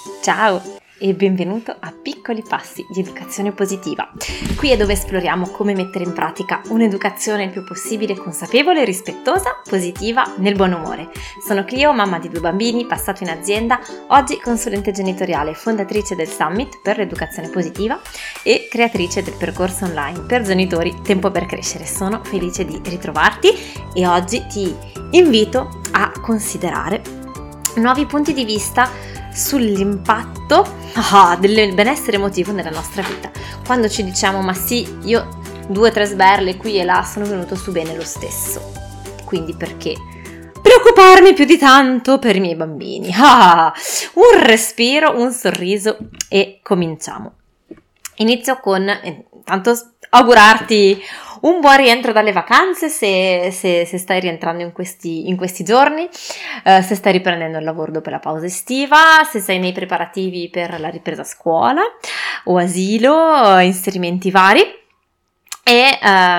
Ciao e benvenuto a Piccoli Passi di Educazione Positiva. Qui è dove esploriamo come mettere in pratica un'educazione il più possibile consapevole, rispettosa, positiva, nel buon umore. Sono Clio, mamma di 2 bambini, passato in azienda, oggi consulente genitoriale, fondatrice del Summit per l'educazione positiva e creatrice del percorso online per genitori Tempo per Crescere. Sono felice di ritrovarti e oggi ti invito a considerare nuovi punti di vista sull'impatto del benessere emotivo nella nostra vita. Quando ci diciamo ma sì, io 2 o 3 sberle qui e là sono venuto su bene lo stesso, quindi perché preoccuparmi più di tanto per i miei bambini? Un respiro, un sorriso e cominciamo. Inizio con intanto augurarti un buon rientro dalle vacanze se stai rientrando in questi giorni, se stai riprendendo il lavoro dopo la pausa estiva, se sei nei preparativi per la ripresa a scuola o asilo, inserimenti vari e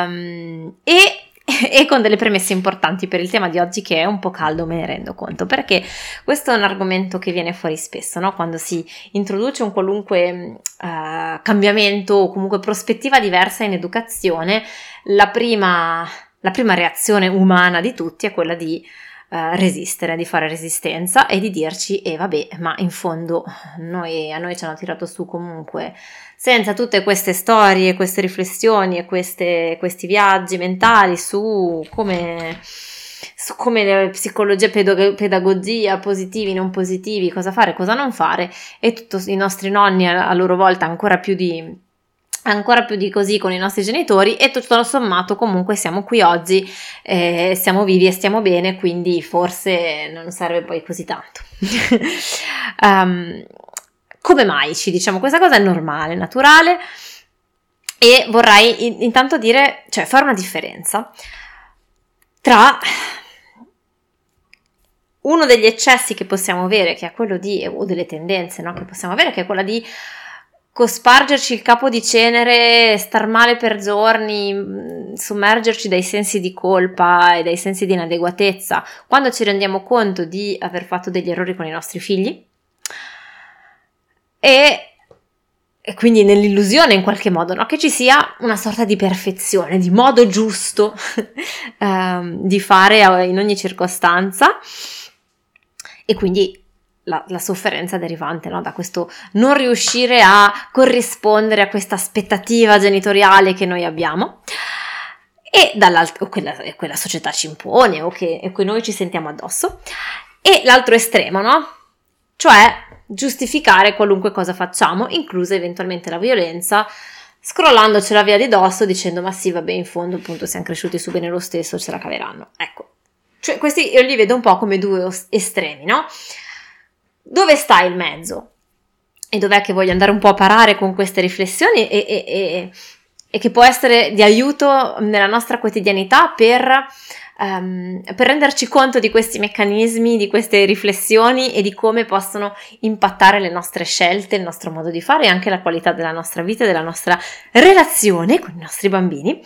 con delle premesse importanti per il tema di oggi, che è un po' caldo, me ne rendo conto, perché questo è un argomento che viene fuori spesso, no? Quando si introduce un qualunque cambiamento o comunque prospettiva diversa in educazione, la prima reazione umana di tutti è quella di resistere, di fare resistenza e di dirci vabbè, ma in fondo a noi ci hanno tirato su comunque senza tutte queste storie, queste riflessioni e questi viaggi mentali su come psicologia, pedagogia, positivi, non positivi, cosa fare, cosa non fare, e tutti i nostri nonni a loro volta ancora più di così con i nostri genitori, e tutto sommato comunque siamo qui oggi, siamo vivi e stiamo bene, quindi forse non serve poi così tanto. Come mai ci diciamo questa cosa? È normale, naturale, e vorrei intanto dire, cioè fare una differenza tra uno degli eccessi che possiamo avere, che è quello o delle tendenze, no, che possiamo avere, che è quella di cospargerci il capo di cenere, star male per giorni, sommergerci dai sensi di colpa e dai sensi di inadeguatezza quando ci rendiamo conto di aver fatto degli errori con i nostri figli, e quindi nell'illusione in qualche modo, no, che ci sia una sorta di perfezione, di modo giusto di fare in ogni circostanza, e quindi la sofferenza derivante, no, da questo non riuscire a corrispondere a questa aspettativa genitoriale che noi abbiamo e dall'altro quella società ci impone o che noi ci sentiamo addosso, e l'altro estremo, no? Cioè giustificare qualunque cosa facciamo, inclusa eventualmente la violenza, scrollandocela via di dosso dicendo ma sì, vabbè, in fondo appunto siamo cresciuti su bene lo stesso, ce la caveranno. Ecco, cioè questi io li vedo un po' come 2 estremi, no? Dove sta il mezzo? E dov'è che voglio andare un po' a parare con queste riflessioni e che può essere di aiuto nella nostra quotidianità per renderci conto di questi meccanismi, di queste riflessioni e di come possono impattare le nostre scelte, il nostro modo di fare e anche la qualità della nostra vita e della nostra relazione con i nostri bambini.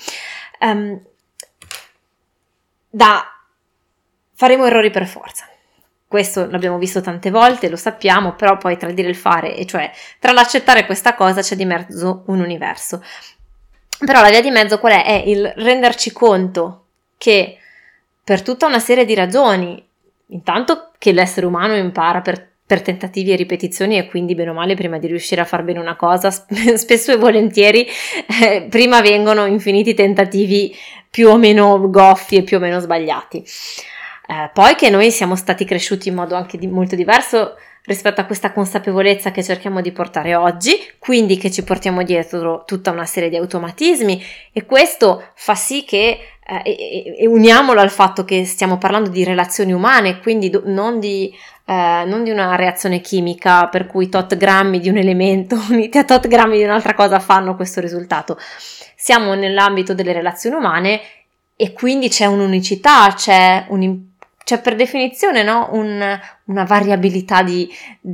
Faremo errori per forza. Questo l'abbiamo visto tante volte, lo sappiamo, però poi tra il dire e il fare, e cioè tra l'accettare questa cosa c'è di mezzo un universo. Però la via di mezzo qual è? È il renderci conto che per tutta una serie di ragioni, intanto che l'essere umano impara per tentativi e ripetizioni, e quindi bene o male prima di riuscire a far bene una cosa spesso e volentieri prima vengono infiniti tentativi più o meno goffi e più o meno sbagliati. Poi che noi siamo stati cresciuti in modo anche molto diverso rispetto a questa consapevolezza che cerchiamo di portare oggi, quindi che ci portiamo dietro tutta una serie di automatismi, e questo fa sì che e uniamolo al fatto che stiamo parlando di relazioni umane, quindi non di una reazione chimica per cui tot grammi di un elemento uniti a tot grammi di un'altra cosa fanno questo risultato. Siamo nell'ambito delle relazioni umane e quindi c'è un'unicità, c'è per definizione, no? Una variabilità di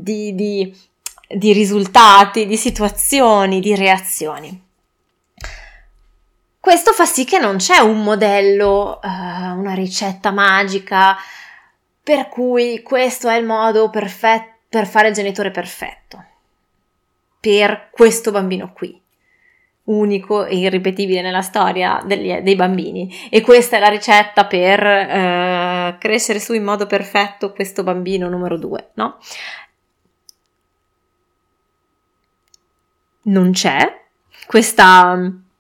risultati, di situazioni, di reazioni. Questo fa sì che non c'è un modello, una ricetta magica per cui questo è il modo perfetto per fare il genitore perfetto per questo bambino qui, unico e irripetibile nella storia dei bambini, e questa è la ricetta per crescere su in modo perfetto questo bambino numero 2, no? Non c'è questa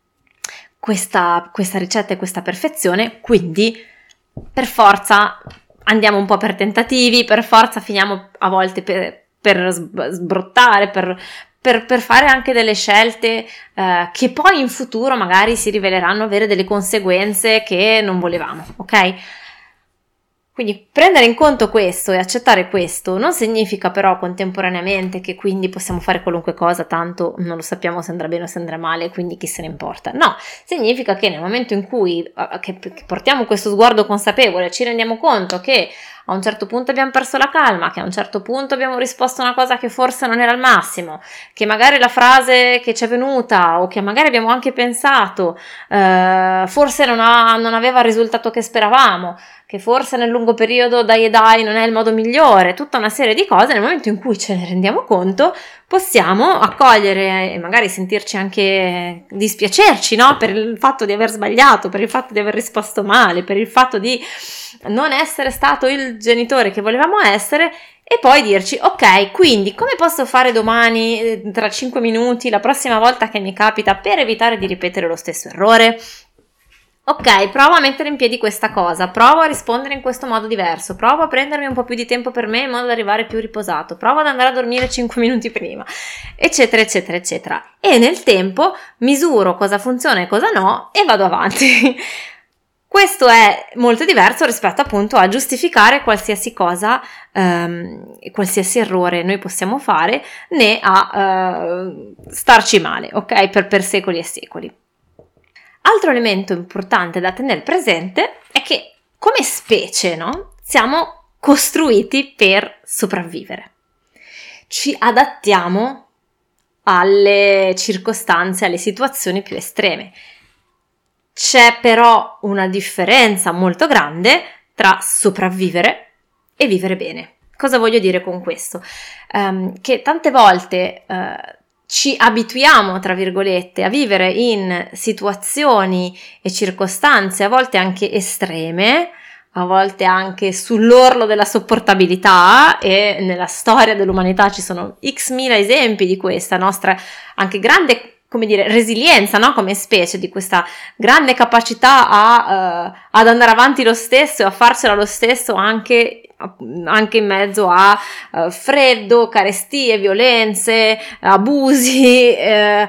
ricetta e questa perfezione, quindi per forza andiamo un po' per tentativi, per forza finiamo a volte per sbrottare, per fare anche delle scelte che poi in futuro magari si riveleranno avere delle conseguenze che non volevamo, ok? Quindi prendere in conto questo e accettare questo non significa però contemporaneamente che quindi possiamo fare qualunque cosa, tanto non lo sappiamo se andrà bene o se andrà male, quindi chi se ne importa. No, significa che nel momento in cui che portiamo questo sguardo consapevole, ci rendiamo conto che a un certo punto abbiamo perso la calma, che a un certo punto abbiamo risposto a una cosa che forse non era il massimo, che magari la frase che ci è venuta o che magari abbiamo anche pensato forse non aveva il risultato che speravamo, che forse nel lungo periodo dai non è il modo migliore, tutta una serie di cose. Nel momento in cui ce ne rendiamo conto possiamo accogliere e magari sentirci anche dispiacerci, no? Per il fatto di aver sbagliato, per il fatto di aver risposto male, per il fatto di non essere stato il genitore che volevamo essere, e poi dirci ok, quindi come posso fare domani, tra 5 minuti, la prossima volta che mi capita, per evitare di ripetere lo stesso errore? Ok, provo a mettere in piedi questa cosa, provo a rispondere in questo modo diverso, provo a prendermi un po' più di tempo per me in modo da arrivare più riposato, provo ad andare a dormire 5 minuti prima, eccetera, eccetera, eccetera. E nel tempo misuro cosa funziona e cosa no e vado avanti. Questo è molto diverso rispetto appunto a giustificare qualsiasi cosa, qualsiasi errore noi possiamo fare, né a starci male, ok? Per secoli e secoli. Altro elemento importante da tenere presente è che come specie, no? Siamo costruiti per sopravvivere. Ci adattiamo alle circostanze, alle situazioni più estreme. C'è però una differenza molto grande tra sopravvivere e vivere bene. Cosa voglio dire con questo? Che tante volte ci abituiamo, tra virgolette, a vivere in situazioni e circostanze a volte anche estreme, a volte anche sull'orlo della sopportabilità, e nella storia dell'umanità ci sono x mila esempi di questa nostra anche grande, come dire, resilienza, no? Come specie, di questa grande capacità ad andare avanti lo stesso e a farcela lo stesso anche in mezzo a freddo, carestie, violenze, abusi e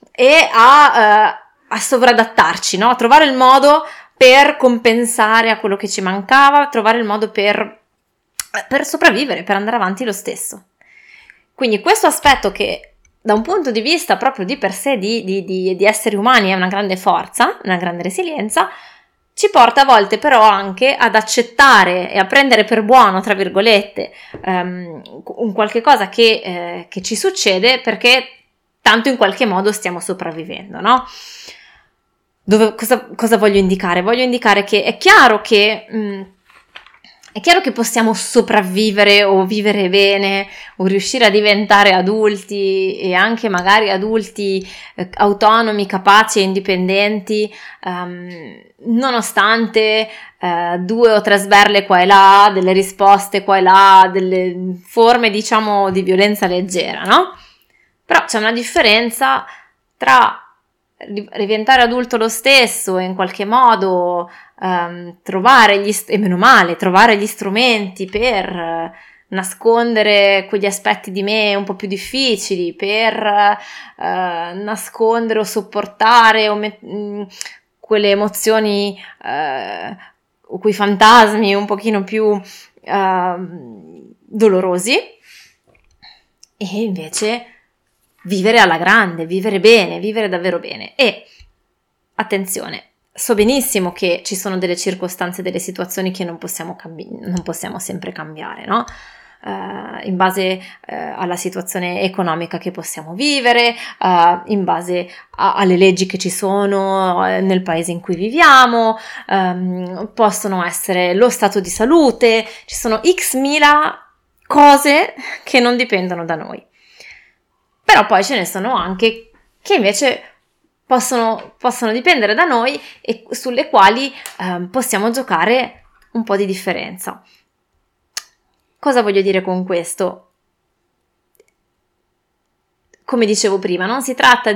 a sovradattarci, no? A trovare il modo per compensare a quello che ci mancava, trovare il modo per sopravvivere, per andare avanti lo stesso. Quindi questo aspetto, che da un punto di vista proprio di per sé di esseri umani è una grande forza, una grande resilienza, ci porta a volte però anche ad accettare e a prendere per buono, tra virgolette, un qualche cosa che ci succede, perché tanto in qualche modo stiamo sopravvivendo, no? Cosa voglio indicare? Voglio indicare che è chiaro che possiamo sopravvivere o vivere bene o riuscire a diventare adulti, e anche magari adulti autonomi, capaci e indipendenti, nonostante 2 o 3 sberle qua e là, delle risposte qua e là, delle forme, diciamo, di violenza leggera, no? Però c'è una differenza tra diventare adulto lo stesso e in qualche modo trovare trovare gli strumenti per nascondere quegli aspetti di me un po' più difficili, per nascondere o sopportare quelle emozioni o quei fantasmi un pochino più dolorosi, e invece vivere alla grande, vivere bene, vivere davvero bene. E attenzione, so benissimo che ci sono delle circostanze, delle situazioni che non possiamo sempre cambiare, no? In base alla situazione economica che possiamo vivere, in base alle leggi che ci sono nel paese in cui viviamo, possono essere lo stato di salute, ci sono x mila cose che non dipendono da noi. Però poi ce ne sono anche che invece possono dipendere da noi e sulle quali possiamo giocare un po' di differenza. Cosa voglio dire con questo? Come dicevo prima, non si tratta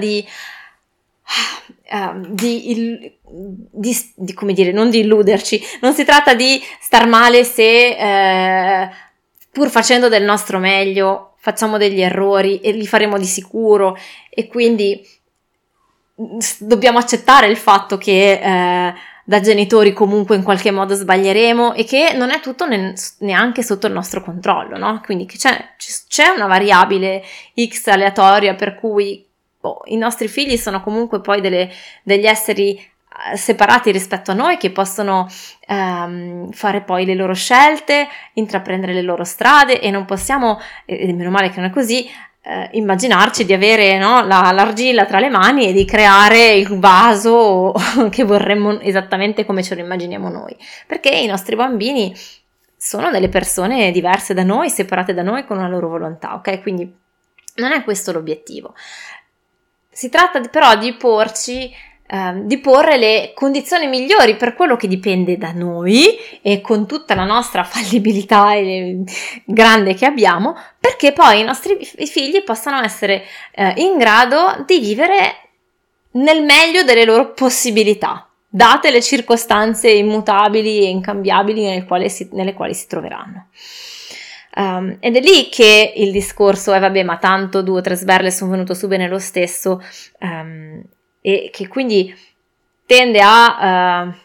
come dire, non di illuderci, non si tratta di star male se pur facendo del nostro meglio facciamo degli errori e li faremo di sicuro, e quindi dobbiamo accettare il fatto che da genitori comunque in qualche modo sbaglieremo e che non è tutto neanche sotto il nostro controllo, no? Quindi che c'è una variabile X aleatoria per cui i nostri figli sono comunque poi degli esseri separati rispetto a noi, che possono fare poi le loro scelte, intraprendere le loro strade, e non possiamo, e meno male che non è così, immaginarci di avere, no, l'argilla tra le mani e di creare il vaso che vorremmo esattamente come ce lo immaginiamo noi, perché i nostri bambini sono delle persone diverse da noi, separate da noi, con una loro volontà, ok? Quindi non è questo l'obiettivo. Si tratta però di porre le condizioni migliori per quello che dipende da noi, e con tutta la nostra fallibilità grande che abbiamo, perché poi i nostri figli possano essere in grado di vivere nel meglio delle loro possibilità, date le circostanze immutabili e incambiabili nelle quali si troveranno. Ed è lì che il discorso è vabbè, ma tanto 2 o 3 sberle sono venuto su bene lo stesso, e che quindi tende a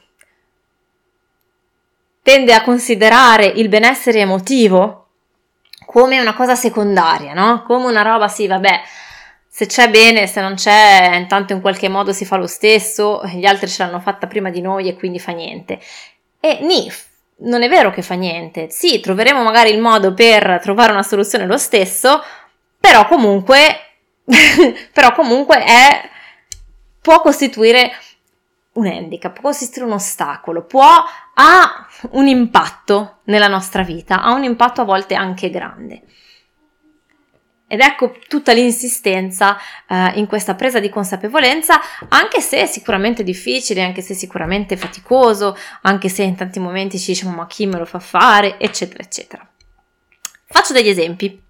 considerare il benessere emotivo come una cosa secondaria, no? Come una roba, sì, vabbè, se c'è bene, se non c'è, intanto in qualche modo si fa lo stesso, gli altri ce l'hanno fatta prima di noi e quindi fa niente. E non è vero che fa niente. Sì, troveremo magari il modo per trovare una soluzione lo stesso, però comunque può costituire un handicap, può costituire un ostacolo, ha un impatto nella nostra vita, ha un impatto a volte anche grande. Ed ecco tutta l'insistenza in questa presa di consapevolezza, anche se è sicuramente difficile, anche se è sicuramente faticoso, anche se in tanti momenti ci diciamo ma chi me lo fa fare, eccetera, eccetera. Faccio degli esempi.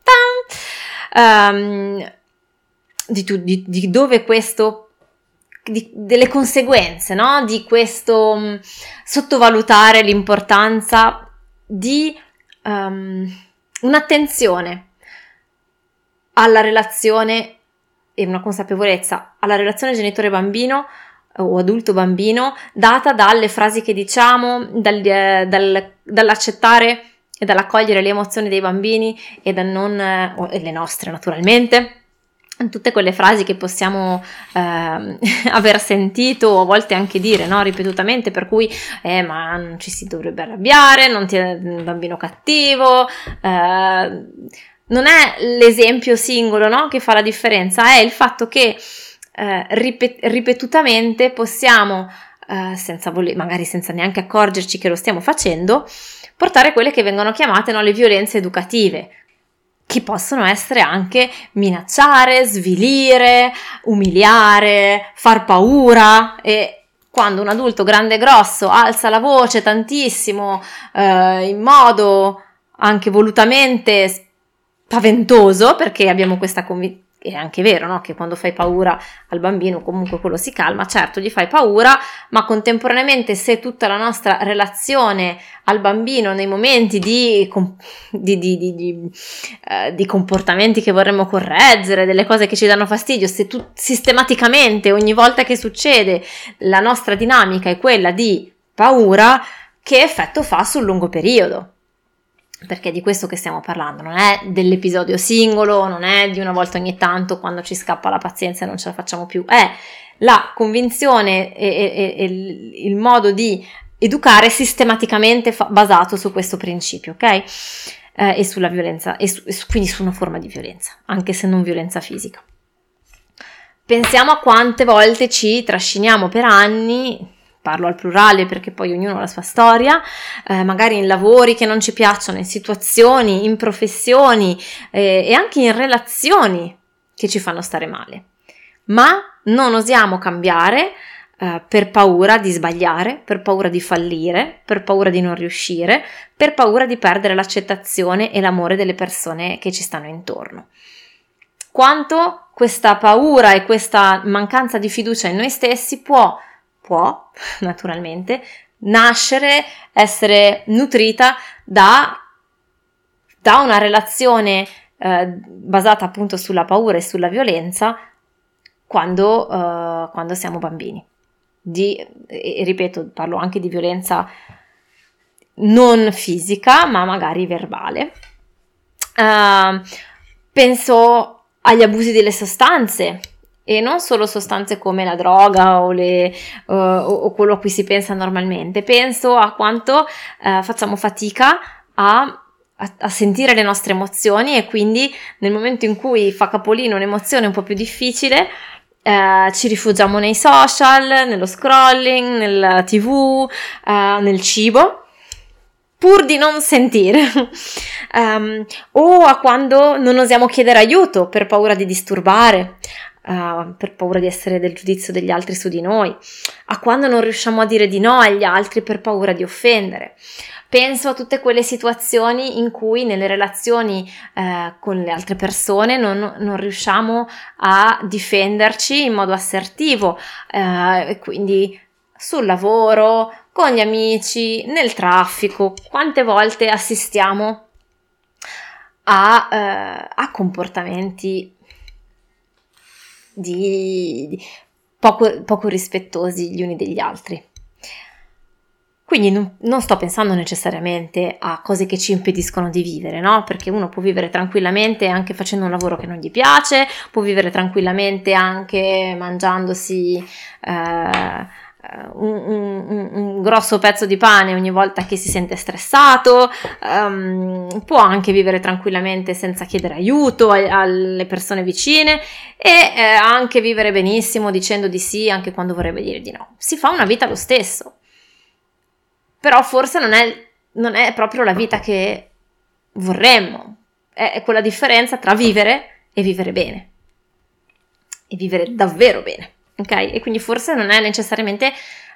Di dove questo, delle conseguenze, no? Di questo sottovalutare l'importanza di un'attenzione alla relazione e una consapevolezza alla relazione genitore-bambino o adulto-bambino, data dalle frasi che diciamo, dall'accettare e dall'accogliere le emozioni dei bambini e e le nostre naturalmente. Tutte quelle frasi che possiamo aver sentito o a volte anche dire, no, ripetutamente, per cui ma non ci si dovrebbe arrabbiare, non ti è un bambino cattivo, non è l'esempio singolo, no, che fa la differenza, è il fatto che ripetutamente possiamo, magari senza neanche accorgerci che lo stiamo facendo, portare quelle che vengono chiamate, no, le violenze educative, che possono essere anche minacciare, svilire, umiliare, far paura. E quando un adulto grande e grosso alza la voce tantissimo, in modo anche volutamente spaventoso, perché abbiamo questa convinzione, è anche vero, no? Che quando fai paura al bambino comunque quello si calma, certo gli fai paura, ma contemporaneamente se tutta la nostra relazione al bambino nei momenti di comportamenti che vorremmo correggere, delle cose che ci danno fastidio, se sistematicamente ogni volta che succede la nostra dinamica è quella di paura, che effetto fa sul lungo periodo? Perché di questo che stiamo parlando, non è dell'episodio singolo, non è di una volta ogni tanto quando ci scappa la pazienza e non ce la facciamo più, è la convinzione e il modo di educare sistematicamente basato su questo principio, ok? E sulla violenza, quindi su una forma di violenza, anche se non violenza fisica. Pensiamo a quante volte ci trasciniamo per anni, parlo al plurale perché poi ognuno ha la sua storia, magari in lavori che non ci piacciono, in situazioni, in professioni e anche in relazioni che ci fanno stare male, ma non osiamo cambiare per paura di sbagliare, per paura di fallire, per paura di non riuscire, per paura di perdere l'accettazione e l'amore delle persone che ci stanno intorno. Quanto questa paura e questa mancanza di fiducia in noi stessi può naturalmente nascere, essere nutrita da una relazione basata appunto sulla paura e sulla violenza quando siamo bambini. E ripeto, parlo anche di violenza non fisica, ma magari verbale. Penso agli abusi delle sostanze, e non solo sostanze come la droga o quello a cui si pensa normalmente. Penso a quanto facciamo fatica a sentire le nostre emozioni, e quindi nel momento in cui fa capolino un'emozione un po' più difficile, ci rifugiamo nei social, nello scrolling, nella TV, nel cibo, pur di non sentire, o a quando non osiamo chiedere aiuto per paura di disturbare, per paura di essere del giudizio degli altri su di noi, a quando non riusciamo a dire di no agli altri per paura di offendere. Penso a tutte quelle situazioni in cui nelle relazioni con le altre persone non riusciamo a difenderci in modo assertivo, e quindi sul lavoro, con gli amici, nel traffico. Quante volte assistiamo a comportamenti di poco rispettosi gli uni degli altri. Quindi non sto pensando necessariamente a cose che ci impediscono di vivere, no? Perché uno può vivere tranquillamente anche facendo un lavoro che non gli piace, può vivere tranquillamente anche mangiandosi un grosso pezzo di pane ogni volta che si sente stressato, può anche vivere tranquillamente senza chiedere aiuto alle persone vicine, e anche vivere benissimo dicendo di sì anche quando vorrebbe dire di no. Si fa una vita lo stesso. Però forse non è proprio la vita che vorremmo. È quella differenza tra vivere e vivere bene. E vivere davvero bene. Ok? E quindi forse non è necessariamente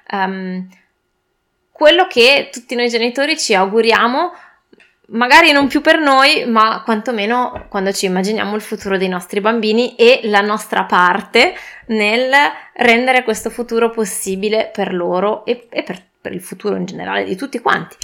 quello che tutti noi genitori ci auguriamo, magari non più per noi, ma quantomeno quando ci immaginiamo il futuro dei nostri bambini e la nostra parte nel rendere questo futuro possibile per loro e per il futuro in generale di tutti quanti.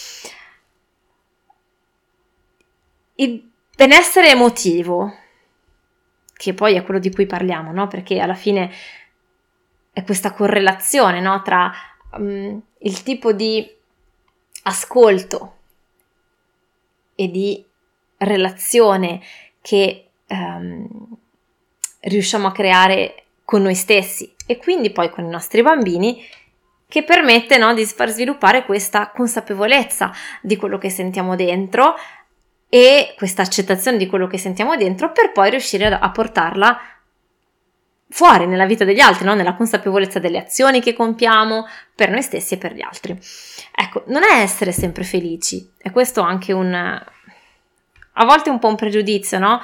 Il benessere emotivo, che poi è quello di cui parliamo, no? Perché alla fine è questa correlazione, no? Tra il tipo di ascolto e di relazione che riusciamo a creare con noi stessi e quindi poi con i nostri bambini, che permette, no, di far sviluppare questa consapevolezza di quello che sentiamo dentro e questa accettazione di quello che sentiamo dentro, per poi riuscire a portarla fuori nella vita degli altri, no? Nella consapevolezza delle azioni che compiamo per noi stessi e per gli altri. Ecco, non è essere sempre felici, e questo anche a volte un po' un pregiudizio, no?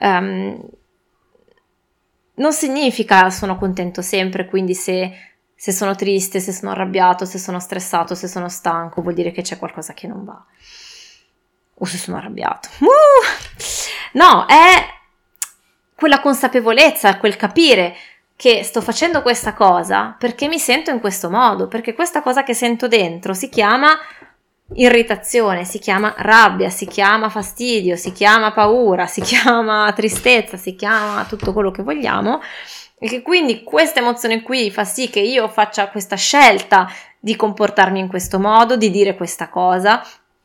Non significa sono contento sempre, quindi se sono triste, se sono arrabbiato, se sono stressato, se sono stanco, vuol dire che c'è qualcosa che non va. O se sono arrabbiato. No, è quella consapevolezza, quel capire che sto facendo questa cosa perché mi sento in questo modo, perché questa cosa che sento dentro si chiama irritazione, si chiama rabbia, si chiama fastidio, si chiama paura, si chiama tristezza, si chiama tutto quello che vogliamo. E che quindi questa emozione qui fa sì che io faccia questa scelta di comportarmi in questo modo, di dire questa cosa,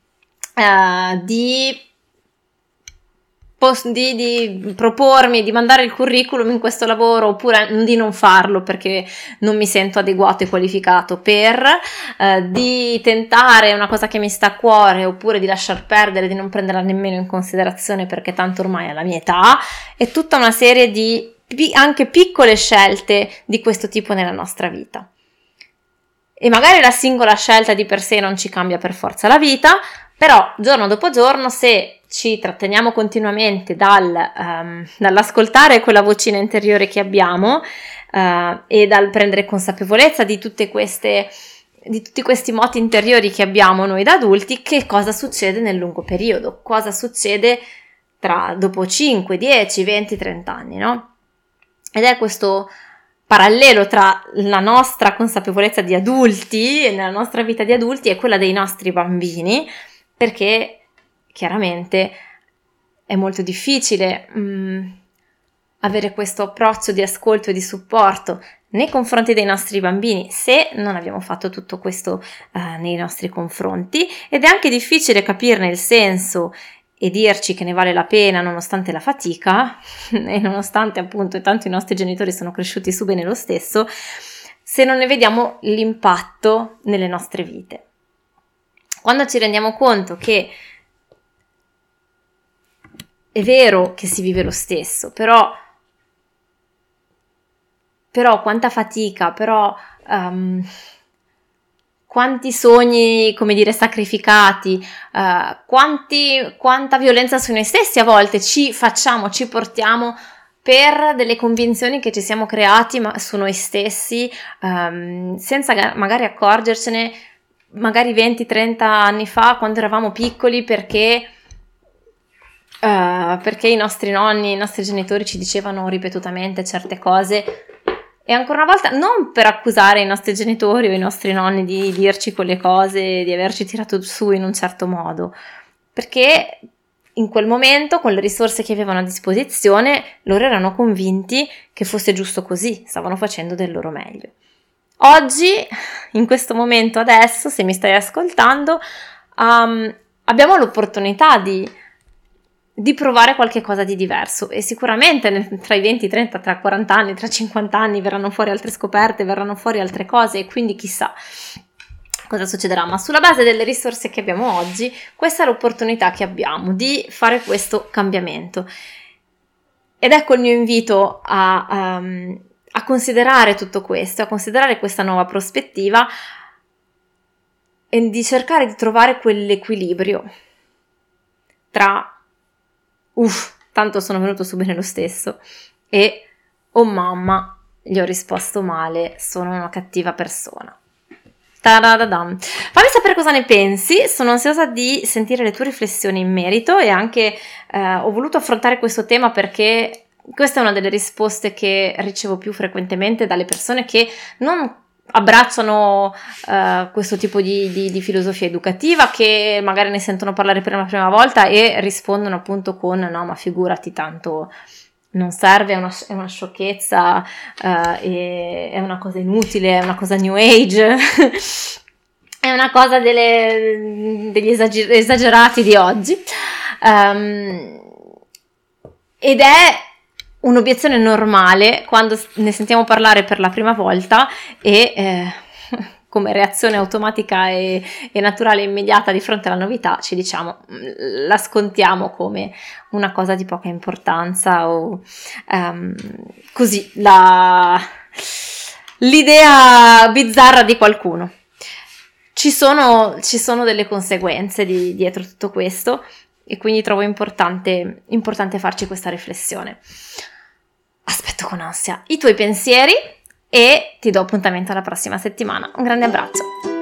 di propormi di mandare il curriculum in questo lavoro, oppure di non farlo perché non mi sento adeguato e qualificato di tentare una cosa che mi sta a cuore, oppure di lasciar perdere, di non prenderla nemmeno in considerazione perché tanto ormai alla mia età, e tutta una serie di anche piccole scelte di questo tipo nella nostra vita. e magari la singola scelta di per sé non ci cambia per forza la vita, però giorno dopo giorno, se ci tratteniamo continuamente dall'ascoltare quella vocina interiore che abbiamo e dal prendere consapevolezza di tutti questi moti interiori che abbiamo noi da adulti, che cosa succede nel lungo periodo, cosa succede dopo 5, 10, 20, 30 anni, no? Ed è questo parallelo tra la nostra consapevolezza di adulti, nella nostra vita di adulti, e quella dei nostri bambini, perché chiaramente è molto difficile avere questo approccio di ascolto e di supporto nei confronti dei nostri bambini se non abbiamo fatto tutto questo nei nostri confronti, ed è anche difficile capirne il senso e dirci che ne vale la pena nonostante la fatica e nonostante appunto tanto i nostri genitori sono cresciuti su bene lo stesso, se non ne vediamo l'impatto nelle nostre vite. Quando ci rendiamo conto che è vero che si vive lo stesso, però quanta fatica, quanti sogni, come dire, sacrificati, quanta violenza su noi stessi a volte ci portiamo per delle convinzioni che ci siamo creati su noi stessi, senza magari accorgercene, magari 20-30 anni fa, quando eravamo piccoli, perché i nostri nonni, i nostri genitori ci dicevano ripetutamente certe cose. E ancora una volta, non per accusare i nostri genitori o i nostri nonni di dirci quelle cose, di averci tirato su in un certo modo, perché in quel momento, con le risorse che avevano a disposizione, loro erano convinti che fosse giusto così, stavano facendo del loro meglio. Oggi, in questo momento adesso, se mi stai ascoltando, abbiamo l'opportunità di provare qualche cosa di diverso, e sicuramente tra i 20, 30, tra 40 anni, tra 50 anni verranno fuori altre scoperte, verranno fuori altre cose, e quindi chissà cosa succederà, ma sulla base delle risorse che abbiamo oggi, questa è l'opportunità che abbiamo di fare questo cambiamento. Ed ecco il mio invito a considerare tutto questo, a considerare questa nuova prospettiva e di cercare di trovare quell'equilibrio tra tanto sono venuto su bene lo stesso e oh mamma, gli ho risposto male, sono una cattiva persona. Ta-da-da-dam. Fammi sapere cosa ne pensi, sono ansiosa di sentire le tue riflessioni in merito, e anche ho voluto affrontare questo tema perché questa è una delle risposte che ricevo più frequentemente dalle persone che non abbracciano questo tipo di filosofia educativa, che magari ne sentono parlare per la prima volta e rispondono appunto con no, ma figurati, tanto non serve, è una sciocchezza, è una cosa inutile, è una cosa new age è una cosa degli esagerati di oggi, ed è un'obiezione normale quando ne sentiamo parlare per la prima volta e come reazione automatica e naturale e immediata di fronte alla novità ci diciamo, la scontiamo come una cosa di poca importanza o così, l'idea bizzarra di qualcuno. Ci sono delle conseguenze dietro tutto questo, e quindi trovo importante farci questa riflessione. Aspetto con ansia i tuoi pensieri e ti do appuntamento alla prossima settimana. Un grande abbraccio!